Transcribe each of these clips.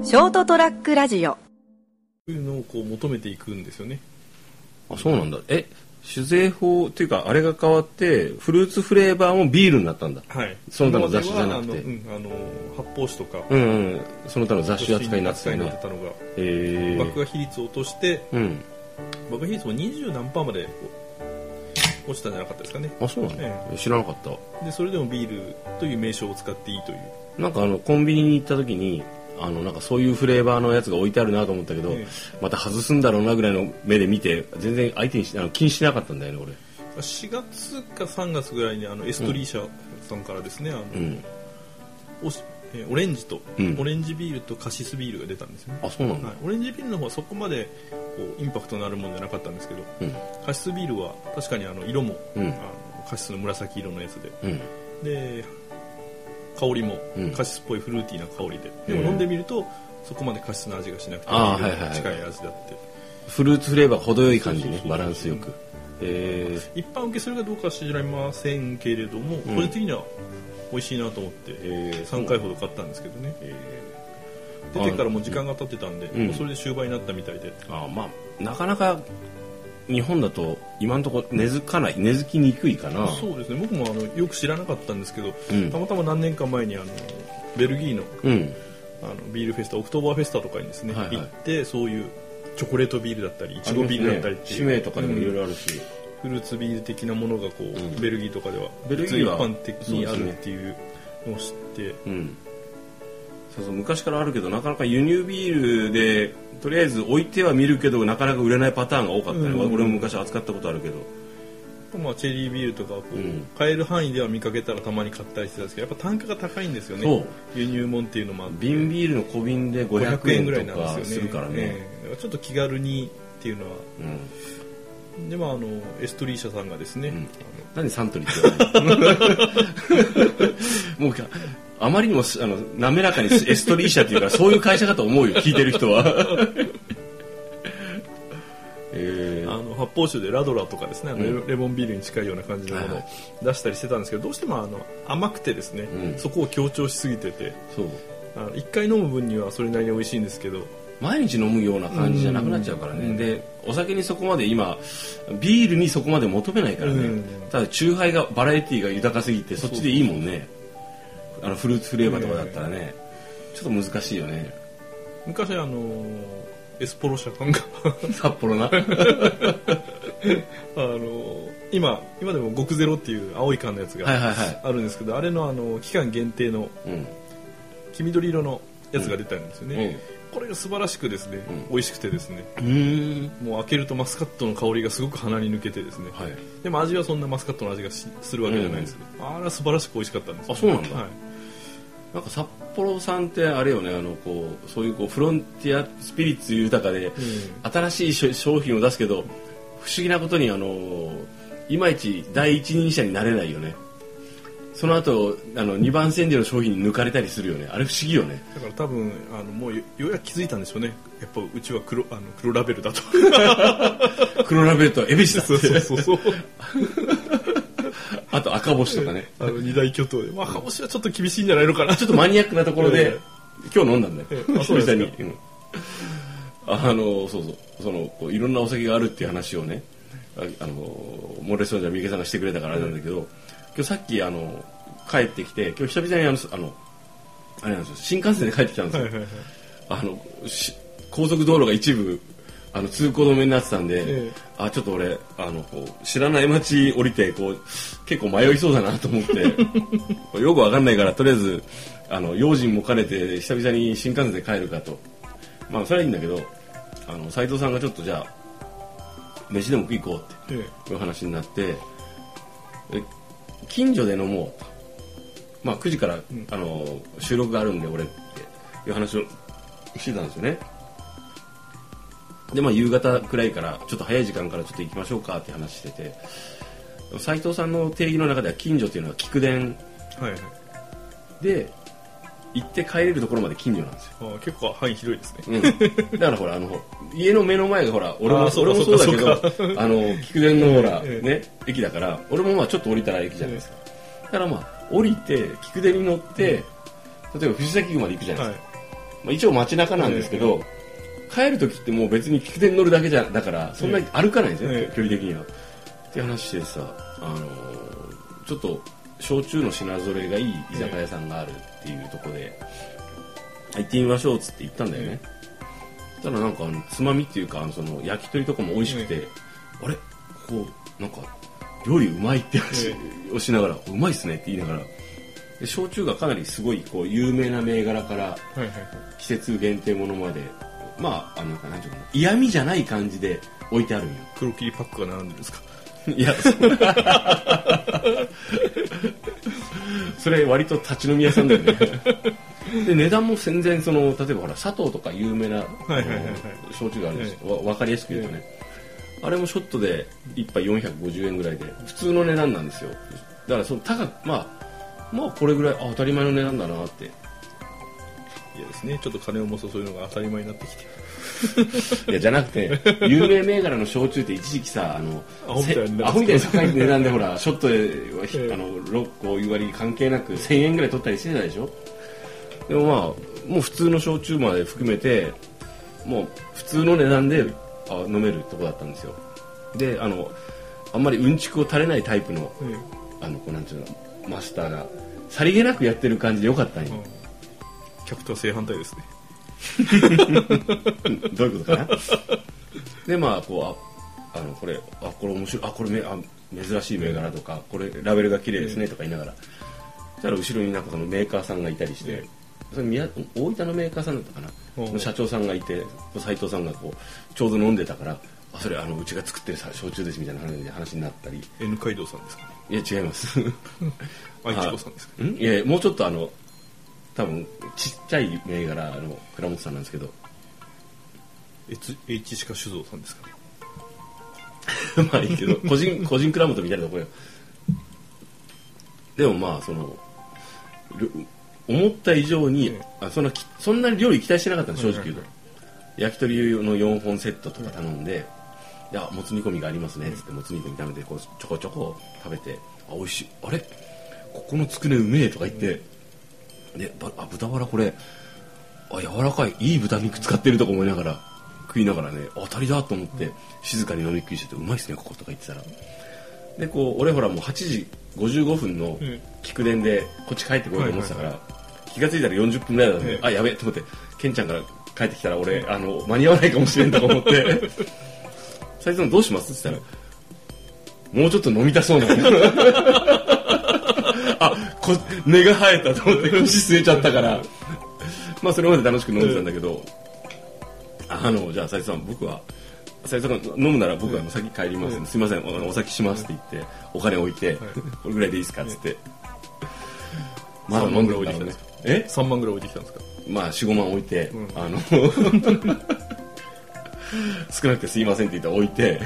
ショートトラックラジオというのをこう求めていくんですよね。 あ、そうなんだ。酒税法っていうかあれが変わってフルーツフレーバーもビールになったんだ。 はい。 その他の雑誌じゃなくて、 発泡酒とか、 その他の雑誌扱いになってたよね。 麦芽比率を落として、麦芽比率も20何パーまで落ちたんじゃなかったですかね。 あ、そうなんだ、知らなかった。 でそれでもビールという名称を使っていいという。 なんかコンビニに行った時になんかそういうフレーバーのやつが置いてあるなと思ったけど、また外すんだろうなぐらいの目で見て全然相手に気にしなかったんだよね俺。 4月か3月ぐらいにエストリーシャさんからですね、オレンジと、オレンジビールとカシスビールが出たんですよね。 あ、そうなんだ。 オレンジビールの方はそこまでこうインパクトのあるものじゃなかったんですけど、カシスビールは確かに色も、カシスの紫色のやつで、で香りもカシスっぽいフルーティーな香りで、でも飲んでみるとそこまでカシスの味がしなくてビールに近い味だって、 フルーツフレーバー程よい感じね、バランスよく。 一般受けするかどうかは知りませんけれども、個人的には美味しいなと思って3回ほど買ったんですけどね。出てからもう時間が経ってたんで、もうそれで終売になったみたいで、 まあなかなか日本だと今のところ根付きにくいかな。 そうですね。僕もよく知らなかったんですけど、たまたま何年か前にベルギーの、ビールフェスタ、オクトーバーフェスタとかにですね、行ってそういうチョコレートビールだったりイチゴビールだったりっていう、 使命とかでもいろいろあるし、 フルーツビール的なものがこう、ベルギーとかでは普通一般的にあるっていうのを知って、 そう昔からあるけどなかなか輸入ビールでとりあえず置いては見るけどなかなか売れないパターンが多かったね。俺も昔扱ったことあるけど、 チェリービールとかこう、買える範囲では見かけたらたまに買ったりしてたんですけど、やっぱ単価が高いんですよね。輸入物っていうのもあって、 瓶ビールの小瓶で500円ぐらいとなんですよね。 かするからね。 だからちょっと気軽にっていうのは、でもエストリーシャさんがですね、 何サントリーって言わないもうあまりにも滑らかにエストリーシャっていうからそういう会社かと思うよ、聞いてる人は。 発泡酒でラドラとかですね、レモンビールに近いような感じのものを出したりしてたんですけど、どうしても甘くてですね、そこを強調しすぎてて、1回飲む分にはそれなりに美味しいんですけど、 毎日飲むような感じじゃなくなっちゃうからね。でお酒にそこまで今ビールにそこまで求めないからね。ただチューハイがバラエティーが豊かすぎてそっちでいいもんね。フルーツフレーバーとかだったらね、ちょっと難しいよね。 昔エスポロ社さんが札幌な今でも極ゼロっていう青い缶のやつがあるんですけど、あれの期間限定の黄緑色のやつが出たんですよね。これが素晴らしくですね、美味しくてですね、もう開けるとマスカットの香りがすごく鼻に抜けてですね、でも味はそんなマスカットの味がするわけじゃないですけど、あれは素晴らしく美味しかったんですよ。 あ、そうなんだ。なんか札幌さんってあれよね、そういうフロンティアスピリッツ豊かで、新しい商品を出すけど不思議なことにいまいち第一人者になれないよね。その後2番煎じの商品に抜かれたりするよね。あれ不思議よね。 だから多分もうようやく気づいたんでしょうね。やっぱうちは黒ラベルだと。 黒ラベルとエビシだって。 そうあと赤星とかね。 二大巨頭で、赤星はちょっと厳しいんじゃないのかな。 ちょっとマニアックなところで、今日飲んだんだよ。 そうですか。 いろんなお酒があるっていう話をね、モレソンジャー三池さんがしてくれたからあれなんだけど、今日さっき帰ってきて、今日久々にあれなんですよ、新幹線で帰ってきたんですよ。高速道路が一部通行止めになってたんで、ちょっと俺知らない街降りて結構迷いそうだなと思ってよくわかんないからとりあえず用心も兼ねて久々に新幹線で帰るかと。まあそれはいいんだけど斉藤さんがちょっとじゃあ飯でも食い行こうっていう話になって、近所で飲もうと。まあ9時から収録があるんで俺っていう話をしてたんですよね。で夕方くらいからちょっと早い時間からちょっと行きましょうかって話してて、斉藤さんの定義の中では近所っていうのは菊田で行って帰れるところまで近所なんですよ。 結構範囲広いですね。 だからほら家の目の前がほら俺もそうだけど菊田のほらね駅だから俺もちょっと降りたら駅じゃないですか。だから降りて菊田に乗って例えば藤崎宮まで行くじゃないですか。 まあ、一応街中なんですけど、帰る時ってもう別に菊田に乗るだけだからそんなに歩かないんですよ、距離的には。って話してさ、ちょっと焼酎の品揃えがいい居酒屋さんがあるっていうところで、行ってみましょうっつって行ったんだよね。ただなんかつまみっていうかその焼き鳥とかも美味しくて、あれこうなんか料理うまいって話をしながら、うまいっすねって言いながら、で焼酎がかなりすごいこう有名な銘柄から季節限定ものまで、まあなんていうかな、嫌味じゃない感じで置いてあるんよ。 黒霧パックが並んでるんですか？ いやそれ割と立ち飲み屋さんだよね。で値段も全然その例えばほら砂糖とか有名な焼酎があるんですよ、分かりやすく言うとね、あれもショットで1杯450円ぐらいで普通の値段なんですよ。だからその高くまあこれぐらい当たり前の値段だなって。 いやですね、ちょっと金をもそういうのが当たり前になってきていやじゃなくて有名銘柄の焼酎って一時期さアホみたいな高い値段でほらショットで6個お湯割り関係なく1000円ぐらい取ったりしてたでしょ。でもまあもう普通の焼酎まで含めてもう普通の値段で飲めるとこだったんですよ。であんまりうんちくを垂れないタイプの、こうなんていうのマスターがさりげなくやってる感じでよかったんよ。 キャプテン正反対ですね。 どういうことかな。でまあこうこれ面白い、これ珍しい銘柄とか、これラベルが綺麗ですねとか言いながら、そしたら後ろになんかそのメーカーさんがいたりして、それ大分のメーカーさんだったかな、社長さんがいて斉藤さんがこうちょうど飲んでたから、それうちが作ってる焼酎ですみたいな話になったり。 N 街道さんですか？ いや違います愛知子さんですか？ いやもうちょっと多分ちっちゃい銘柄の倉本さんなんですけど、 H しか酒造さんですか？ まあいいけど個人蔵元みたいなところよ。でもまあ思った以上に、そんなに料理期待してなかったの正直言うと、焼き鳥の4本セットとか頼んで、いやもつ煮込みがありますねっつってもつ煮込み食べてこうちょこちょこ食べて、美味しい、あれここのつくねうめえとか言って、で豚バラこれ柔らかいいい豚肉使ってるとか思いながら食いながらね、当たりだと思って静かに飲み食いしてて、うまいっすねこことか言ってたら、でこう俺ほらもう8時55分の菊田でこっち帰ってこようと思ってたから、気がついたら40分ぐらいだったんで、やべえと思ってケンちゃんから帰ってきたら俺間に合わないかもしれんとか思って斉藤さんどうしますって言ったら、もうちょっと飲みたそうなの根が生えたと思って腰据えちゃったからまあそれまで楽しく飲んでたんだけど、じゃあ斉藤さん斉藤さんが飲むなら僕は先帰りますんで、すいませんお先しますって言ってお金置いて、これぐらいでいいですかっつって、 まだ飲んでおいてきたんですか？3万ぐらい置いてきたんですか？ まあ 4,5 万置いて、少なくてすいませんって言って置いて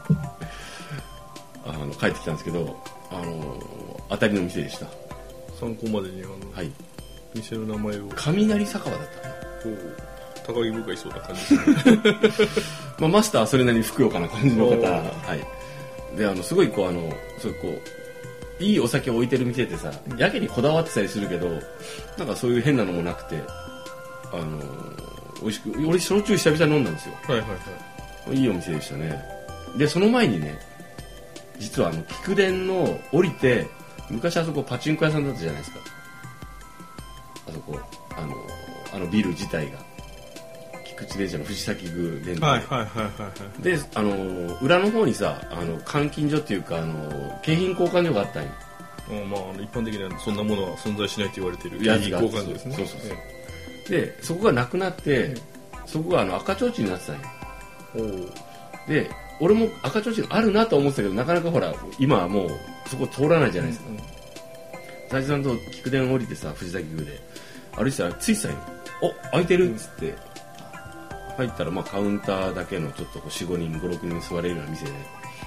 帰ってきたんですけど、当たりの店でした。 参考までにはい、 店の名前を雷酒場だったかな。 高木深いそうな感じですねまあマスターはそれなりにふくよかな感じの方、はいですごいこういいお酒を置いてる店ってさ、やけにこだわってたりするけど、なんかそういう変なのもなくて、美味しく、俺焼酎久々に飲んだんですよ。いいお店でしたね。でその前にね、実は菊田の降りて、昔あそこパチンコ屋さんだったじゃないですか。あそこビル自体が菊池電車の藤崎宮電車で、裏の方にさ監禁所っていうか景品交換所があったんよ。 まあ一般的にはそんなものは存在しないと言われている景品交換所ですね。 でそこがなくなって、そこが赤ちょうちんになってたんよ。で俺も赤ちょうちんあるなと思ってたけど、なかなかほら今はもうそこ通らないじゃないですか。斉藤さんと菊田降りてさ、藤崎宮で歩いてたらついてたよ。空いてるっつって、入ったらカウンターだけのちょっと 4,5 人 5,6 人座れるような店で、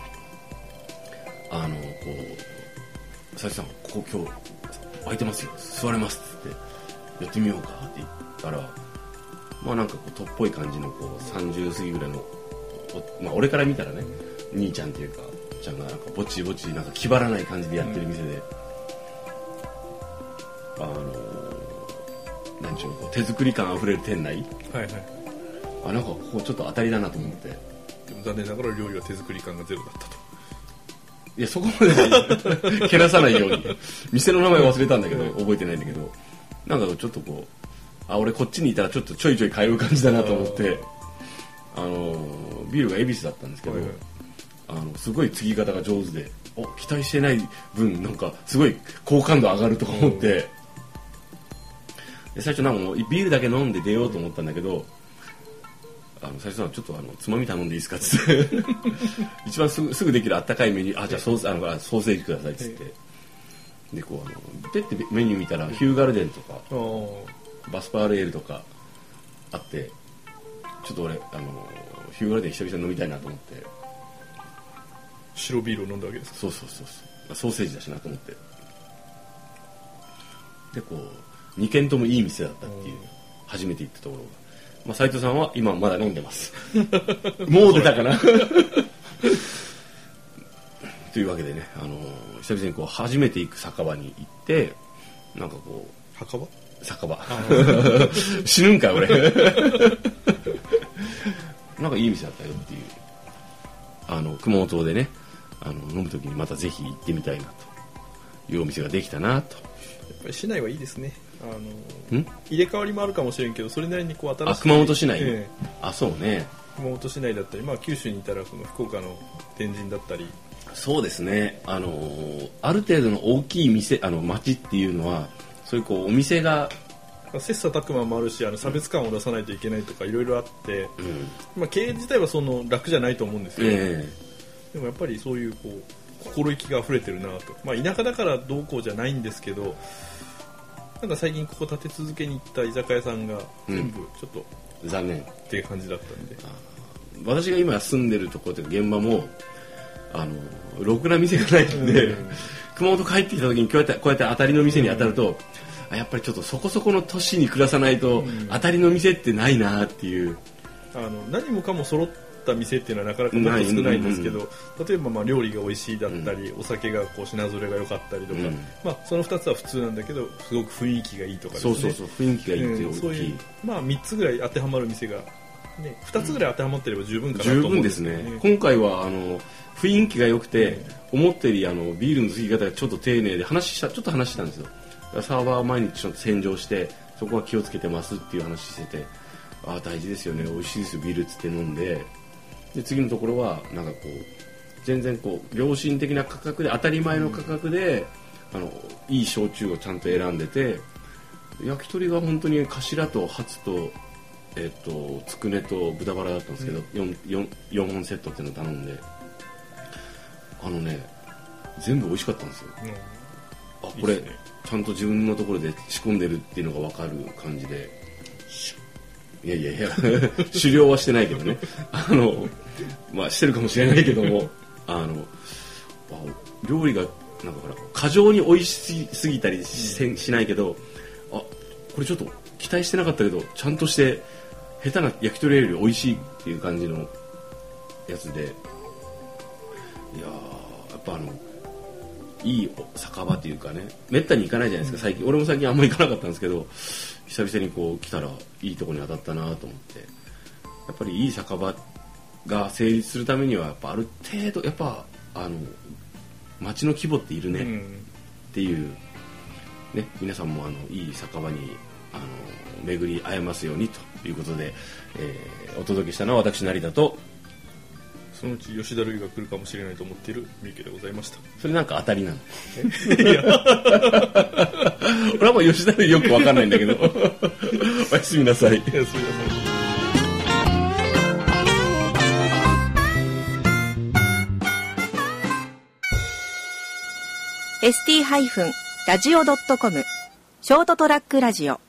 斉藤さんここ今日空いてますよ、座れますっつってやってみようかって言ったら、なんかとっぽい感じの30過ぎぐらいの、俺から見たらね兄ちゃんっていうかちゃんがなんかぼちぼちなんか気張らない感じでやってる店で、なんちちゅうの手作り感あふれる店内、 はいはい、 なんかここちょっと当たりだなと思って、でも残念ながら料理は手作り感がゼロだったと。 いやそこまでけなさないように店の名前忘れたんだけど覚えてないんだけど、なんかちょっとこう俺こっちにいたらちょっとちょいちょい通う感じだなと思って、ビールが恵比寿だったんですけど、はいはい、すごい継ぎ方が上手で、期待してない分なんかすごい好感度上がるとか思って、で最初なんかもうビールだけ飲んで出ようと思ったんだけど、最初はちょっとつまみ頼んでいいですかっつって一番すぐできるあったかいメニュー、じゃあソーセージくださいっつって、でこうペッてメニュー見たらヒューガルデンとかバスパーレールとかあって、ちょっと俺ヒューガルデン久々に飲みたいなと思って、 白ビールを飲んだわけですか。 そうソーセージだしなと思って、でこう2軒ともいい店だったっていう、初めて行ったところが、斉藤さんは今まだ飲んでますもう出たかなというわけでね、久々にこう初めて行く酒場に行って、なんかこう酒場死ぬんかい俺なんかいい店だったよっていう、熊本でね飲む時にまたぜひ行ってみたいなというお店ができたなと。やっぱり市内はいいですね。入れ替わりもあるかもしれんけど、それなりにこう新しい、 熊本市内、そうね、 熊本市内だったり、九州にいたらその福岡の天神だったり、 そうですね、ある程度の大きい店町っていうのはそういうこうお店が切磋琢磨もあるし、差別感を出さないといけないとかいろいろあって、経営自体はその楽じゃないと思うんですよ、でもやっぱりそういうこう心意気が溢れてるなと、田舎だからどうこうじゃないんですけど、なんか最近ここ立て続けに行った居酒屋さんが全部ちょっと、 残念っていう感じだったんで、 私が今住んでるところというか現場もろくな店がないんで、熊本帰ってきた時にこうやって当たりの店に当たると、やっぱりちょっとそこそこの都市に暮らさないと当たりの店ってないなっていう、 何もかも揃った店っていうのはなかなかもっと少ないんですけど、例えば料理が美味しいだったり、お酒がこう品揃えが良かったりとか、その2つは普通なんだけどすごく雰囲気がいいとかですね、 そう雰囲気がいいっていう大きい、 そういう3つぐらい当てはまる店が、2つぐらい当てはまってれば十分かなと思うんですね。 十分ですね。今回は雰囲気が良くて、思ったよりビールの継ぎ方がちょっと丁寧でちょっと話したんですよ。サーバーを毎日ちょっと洗浄してそこは気をつけてますっていう話してて、大事ですよね、美味しいですよビールっつって飲んで、次のところはなんかこう全然こう良心的な価格で当たり前の価格で、いい焼酎をちゃんと選んでて、焼き鳥が本当に頭とハツとつくねと豚バラだったんですけど、4本セットっていうのを頼んで、全部美味しかったんですよ、これちゃんと自分のところで仕込んでるっていうのが分かる感じで、いや狩猟はしてないけどねしてるかもしれないけども料理がなんかほら過剰に美味しすぎたり しないけど、これちょっと期待してなかったけどちゃんとして下手な焼き鳥より美味しいっていう感じのやつで、いややっぱいい酒場というかね、めったに行かないじゃないですか最近。俺も最近あんまり行かなかったんですけど、久々にこう来たらいいとこに当たったなと思って、やっぱりいい酒場が成立するためにはやっぱある程度やっぱ町の規模っているねっていうね、皆さんもいい酒場に巡り会えますようにということで、お届けしたのは私成田と、 そのうち吉田類が来るかもしれないと思っている三池でございました。 それなんか当たりなの？俺はもう吉田類よく分かんないんだけどおやすみなさい。 おやすみなさい。 ST-radio.com ショートトラックラジオ